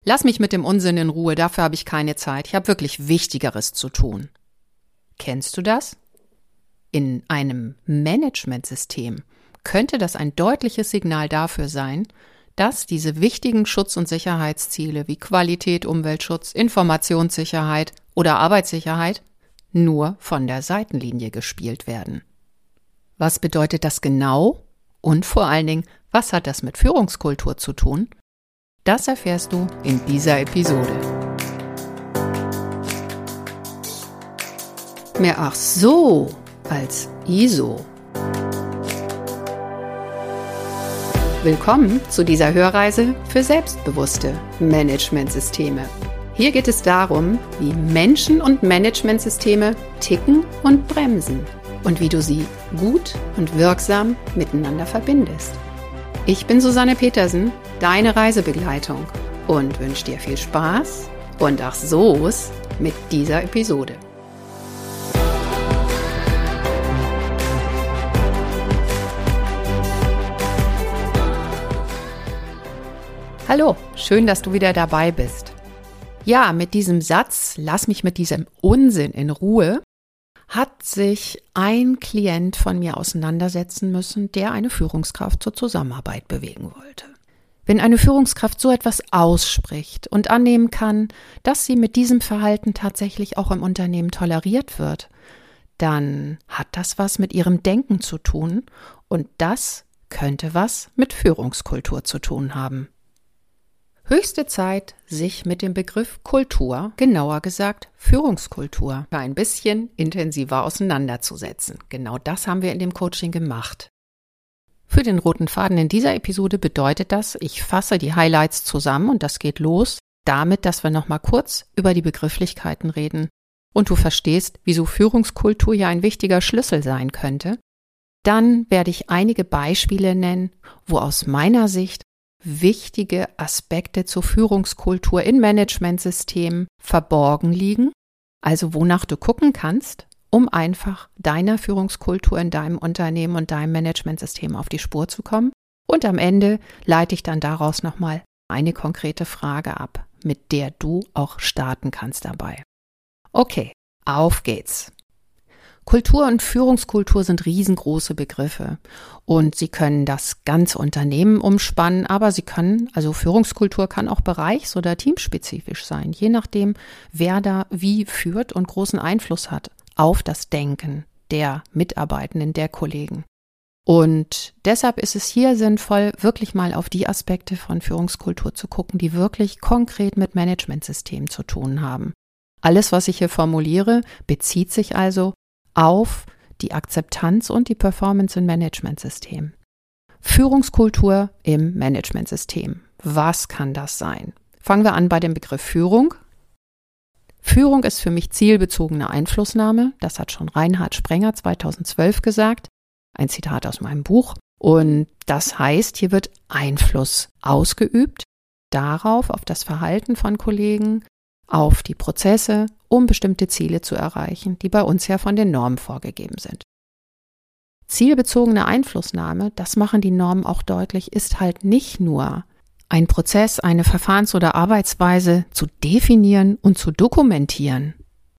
Lass mich mit dem Unsinn in Ruhe, dafür habe ich keine Zeit. Ich habe wirklich Wichtigeres zu tun. Kennst du das? In einem Managementsystem könnte das ein deutliches Signal dafür sein, dass diese wichtigen Schutz- und Sicherheitsziele wie Qualität, Umweltschutz, Informationssicherheit oder Arbeitssicherheit nur von der Seitenlinie gespielt werden. Was bedeutet das genau? Und vor allen Dingen, was hat das mit Führungskultur zu tun? Das erfährst du in dieser Episode. Mehr ach so als ISO. Willkommen zu dieser Hörreise für selbstbewusste Managementsysteme. Hier geht es darum, wie Menschen und Managementsysteme ticken und bremsen und wie du sie gut und wirksam miteinander verbindest. Ich bin Susanne Petersen, deine Reisebegleitung und wünsche dir viel Spaß und ach so's mit dieser Episode. Hallo, schön, dass du wieder dabei bist. Ja, mit diesem Satz, lass mich mit diesem Unsinn in Ruhe, hat sich ein Klient von mir auseinandersetzen müssen, der eine Führungskraft zur Zusammenarbeit bewegen wollte. Wenn eine Führungskraft so etwas ausspricht und annehmen kann, dass sie mit diesem Verhalten tatsächlich auch im Unternehmen toleriert wird, dann hat das was mit ihrem Denken zu tun und das könnte was mit Führungskultur zu tun haben. Höchste Zeit, sich mit dem Begriff Kultur, genauer gesagt Führungskultur, ein bisschen intensiver auseinanderzusetzen. Genau das haben wir in dem Coaching gemacht. Für den roten Faden in dieser Episode bedeutet das, ich fasse die Highlights zusammen und das geht los damit, dass wir nochmal kurz über die Begrifflichkeiten reden und du verstehst, wieso Führungskultur ja ein wichtiger Schlüssel sein könnte. Dann werde ich einige Beispiele nennen, wo aus meiner Sicht wichtige Aspekte zur Führungskultur in Managementsystemen verborgen liegen, also wonach du gucken kannst, um einfach deiner Führungskultur in deinem Unternehmen und deinem Managementsystem auf die Spur zu kommen. Und am Ende leite ich dann daraus nochmal eine konkrete Frage ab, mit der du auch starten kannst dabei. Okay, auf geht's. Kultur und Führungskultur sind riesengroße Begriffe und sie können das ganze Unternehmen umspannen, aber Führungskultur kann auch bereichs- oder teamspezifisch sein, je nachdem, wer da wie führt und großen Einfluss hat auf das Denken der Mitarbeitenden, der Kollegen. Und deshalb ist es hier sinnvoll, wirklich mal auf die Aspekte von Führungskultur zu gucken, die wirklich konkret mit Managementsystemen zu tun haben. Alles, was ich hier formuliere, bezieht sich also auf die Akzeptanz und die Performance im Managementsystem. Führungskultur im Managementsystem. Was kann das sein? Fangen wir an bei dem Begriff Führung. Führung ist für mich zielbezogene Einflussnahme. Das hat schon Reinhard Sprenger 2012 gesagt. Ein Zitat aus meinem Buch. Und das heißt, hier wird Einfluss ausgeübt darauf, auf das Verhalten von Kollegen, auf die Prozesse, um bestimmte Ziele zu erreichen, die bei uns ja von den Normen vorgegeben sind. Zielbezogene Einflussnahme, das machen die Normen auch deutlich, ist halt nicht nur ein Prozess, eine Verfahrens- oder Arbeitsweise zu definieren und zu dokumentieren,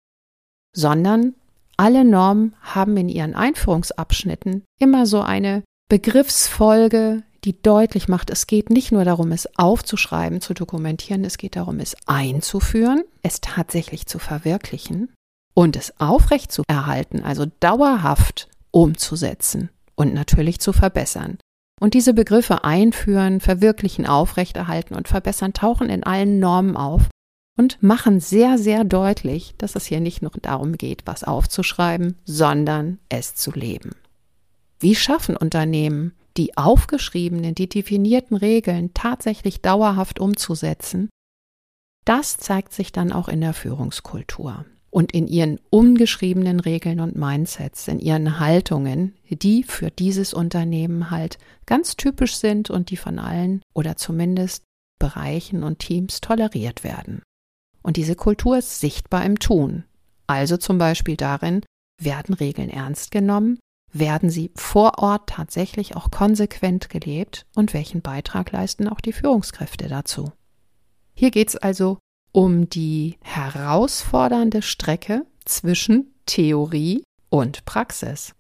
sondern alle Normen haben in ihren Einführungsabschnitten immer so eine Begriffsfolge, die deutlich macht, es geht nicht nur darum, es aufzuschreiben, zu dokumentieren, es geht darum, es einzuführen, es tatsächlich zu verwirklichen und es aufrecht zu erhalten, also dauerhaft umzusetzen und natürlich zu verbessern. Und diese Begriffe einführen, verwirklichen, aufrechterhalten und verbessern tauchen in allen Normen auf und machen sehr, sehr deutlich, dass es hier nicht nur darum geht, was aufzuschreiben, sondern es zu leben. Wie schaffen Unternehmen, die aufgeschriebenen, die definierten Regeln tatsächlich dauerhaft umzusetzen? Das zeigt sich dann auch in der Führungskultur und in ihren ungeschriebenen Regeln und Mindsets, in ihren Haltungen, die für dieses Unternehmen halt ganz typisch sind und die von allen oder zumindest Bereichen und Teams toleriert werden. Und diese Kultur ist sichtbar im Tun. Also zum Beispiel darin, werden Regeln ernst genommen? Werden sie vor Ort tatsächlich auch konsequent gelebt und welchen Beitrag leisten auch die Führungskräfte dazu? Hier geht es also um die herausfordernde Strecke zwischen Theorie und Praxis.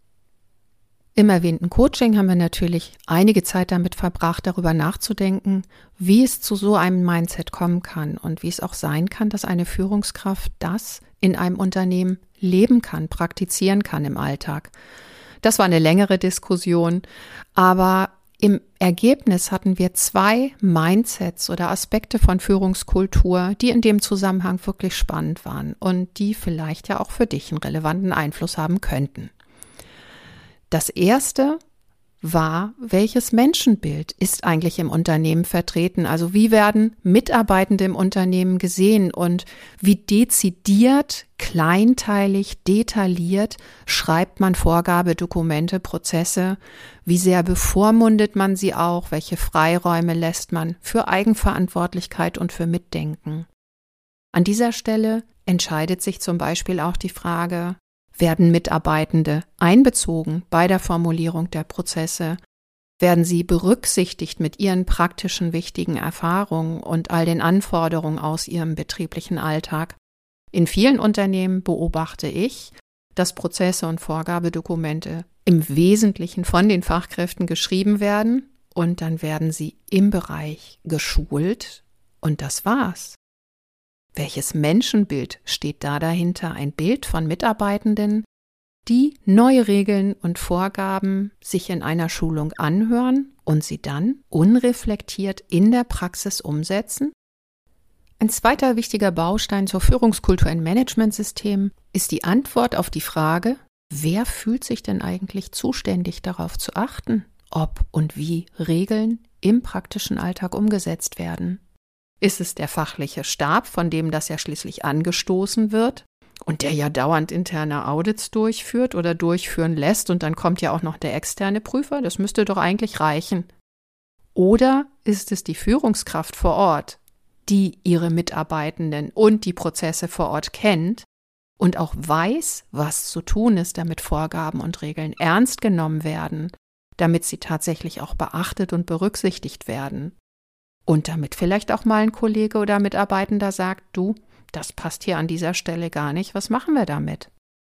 Im erwähnten Coaching haben wir natürlich einige Zeit damit verbracht, darüber nachzudenken, wie es zu so einem Mindset kommen kann und wie es auch sein kann, dass eine Führungskraft das in einem Unternehmen leben kann, praktizieren kann im Alltag. Das war eine längere Diskussion, aber im Ergebnis hatten wir 2 Mindsets oder Aspekte von Führungskultur, die in dem Zusammenhang wirklich spannend waren und die vielleicht ja auch für dich einen relevanten Einfluss haben könnten. Das erste war, welches Menschenbild ist eigentlich im Unternehmen vertreten? Also wie werden Mitarbeitende im Unternehmen gesehen und wie dezidiert, kleinteilig, detailliert schreibt man Vorgabedokumente, Prozesse? Wie sehr bevormundet man sie auch? Welche Freiräume lässt man für Eigenverantwortlichkeit und für Mitdenken? An dieser Stelle entscheidet sich zum Beispiel auch die Frage, werden Mitarbeitende einbezogen bei der Formulierung der Prozesse? Werden sie berücksichtigt mit ihren praktischen wichtigen Erfahrungen und all den Anforderungen aus ihrem betrieblichen Alltag? In vielen Unternehmen beobachte ich, dass Prozesse und Vorgabedokumente im Wesentlichen von den Fachkräften geschrieben werden und dann werden sie im Bereich geschult und das war's. Welches Menschenbild steht da dahinter? Ein Bild von Mitarbeitenden, die neue Regeln und Vorgaben sich in einer Schulung anhören und sie dann unreflektiert in der Praxis umsetzen? Ein zweiter wichtiger Baustein zur Führungskultur in Managementsystemen ist die Antwort auf die Frage, wer fühlt sich denn eigentlich zuständig darauf zu achten, ob und wie Regeln im praktischen Alltag umgesetzt werden? Ist es der fachliche Stab, von dem das ja schließlich angestoßen wird und der ja dauernd interne Audits durchführt oder durchführen lässt und dann kommt ja auch noch der externe Prüfer? Das müsste doch eigentlich reichen. Oder ist es die Führungskraft vor Ort, die ihre Mitarbeitenden und die Prozesse vor Ort kennt und auch weiß, was zu tun ist, damit Vorgaben und Regeln ernst genommen werden, damit sie tatsächlich auch beachtet und berücksichtigt werden? Und damit vielleicht auch mal ein Kollege oder Mitarbeitender sagt, du, das passt hier an dieser Stelle gar nicht, was machen wir damit?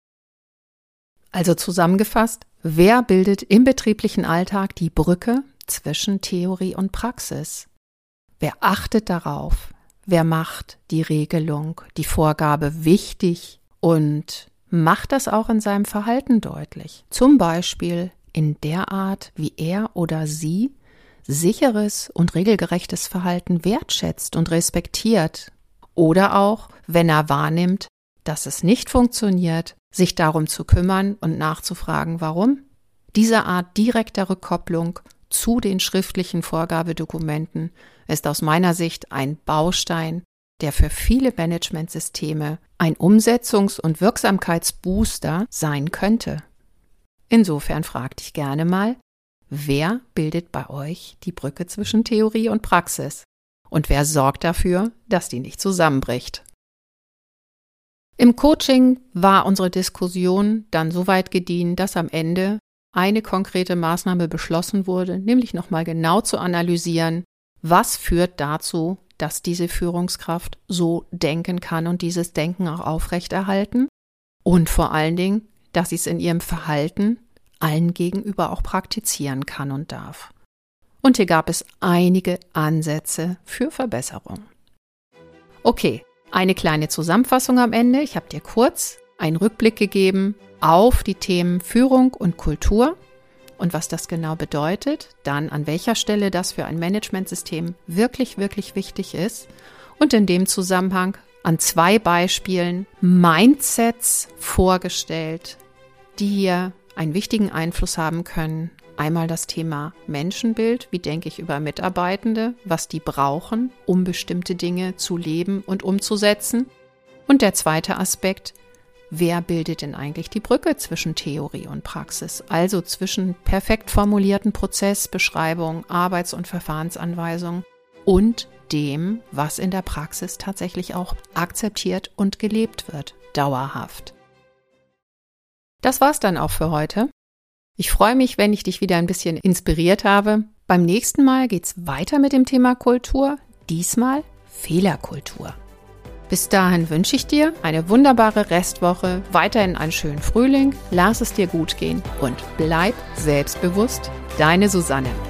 Also zusammengefasst, wer bildet im betrieblichen Alltag die Brücke zwischen Theorie und Praxis? Wer achtet darauf? Wer macht die Regelung, die Vorgabe wichtig und macht das auch in seinem Verhalten deutlich? Zum Beispiel in der Art, wie er oder sie sicheres und regelgerechtes Verhalten wertschätzt und respektiert oder auch, wenn er wahrnimmt, dass es nicht funktioniert, sich darum zu kümmern und nachzufragen, warum. Diese Art direkter Rückkopplung zu den schriftlichen Vorgabedokumenten ist aus meiner Sicht ein Baustein, der für viele Managementsysteme ein Umsetzungs- und Wirksamkeitsbooster sein könnte. Insofern frag dich gerne mal, wer bildet bei euch die Brücke zwischen Theorie und Praxis? Und wer sorgt dafür, dass die nicht zusammenbricht? Im Coaching war unsere Diskussion dann so weit gediehen, dass am Ende eine konkrete Maßnahme beschlossen wurde, nämlich nochmal genau zu analysieren, was führt dazu, dass diese Führungskraft so denken kann und dieses Denken auch aufrechterhalten und vor allen Dingen, dass sie es in ihrem Verhalten allen gegenüber auch praktizieren kann und darf. Und hier gab es einige Ansätze für Verbesserung. Okay, eine kleine Zusammenfassung am Ende. Ich habe dir kurz einen Rückblick gegeben auf die Themen Führung und Kultur und was das genau bedeutet, dann an welcher Stelle das für ein Managementsystem wirklich, wirklich wichtig ist und in dem Zusammenhang an 2 Beispielen Mindsets vorgestellt, die hier einen wichtigen Einfluss haben können. Einmal das Thema Menschenbild, wie denke ich über Mitarbeitende, was die brauchen, um bestimmte Dinge zu leben und umzusetzen. Und der zweite Aspekt, wer bildet denn eigentlich die Brücke zwischen Theorie und Praxis, also zwischen perfekt formulierten Prozessbeschreibungen, Arbeits- und Verfahrensanweisungen und dem, was in der Praxis tatsächlich auch akzeptiert und gelebt wird, dauerhaft. Das war's dann auch für heute. Ich freue mich, wenn ich dich wieder ein bisschen inspiriert habe. Beim nächsten Mal geht's weiter mit dem Thema Kultur. Diesmal Fehlerkultur. Bis dahin wünsche ich dir eine wunderbare Restwoche, weiterhin einen schönen Frühling, lass es dir gut gehen und bleib selbstbewusst, deine Susanne.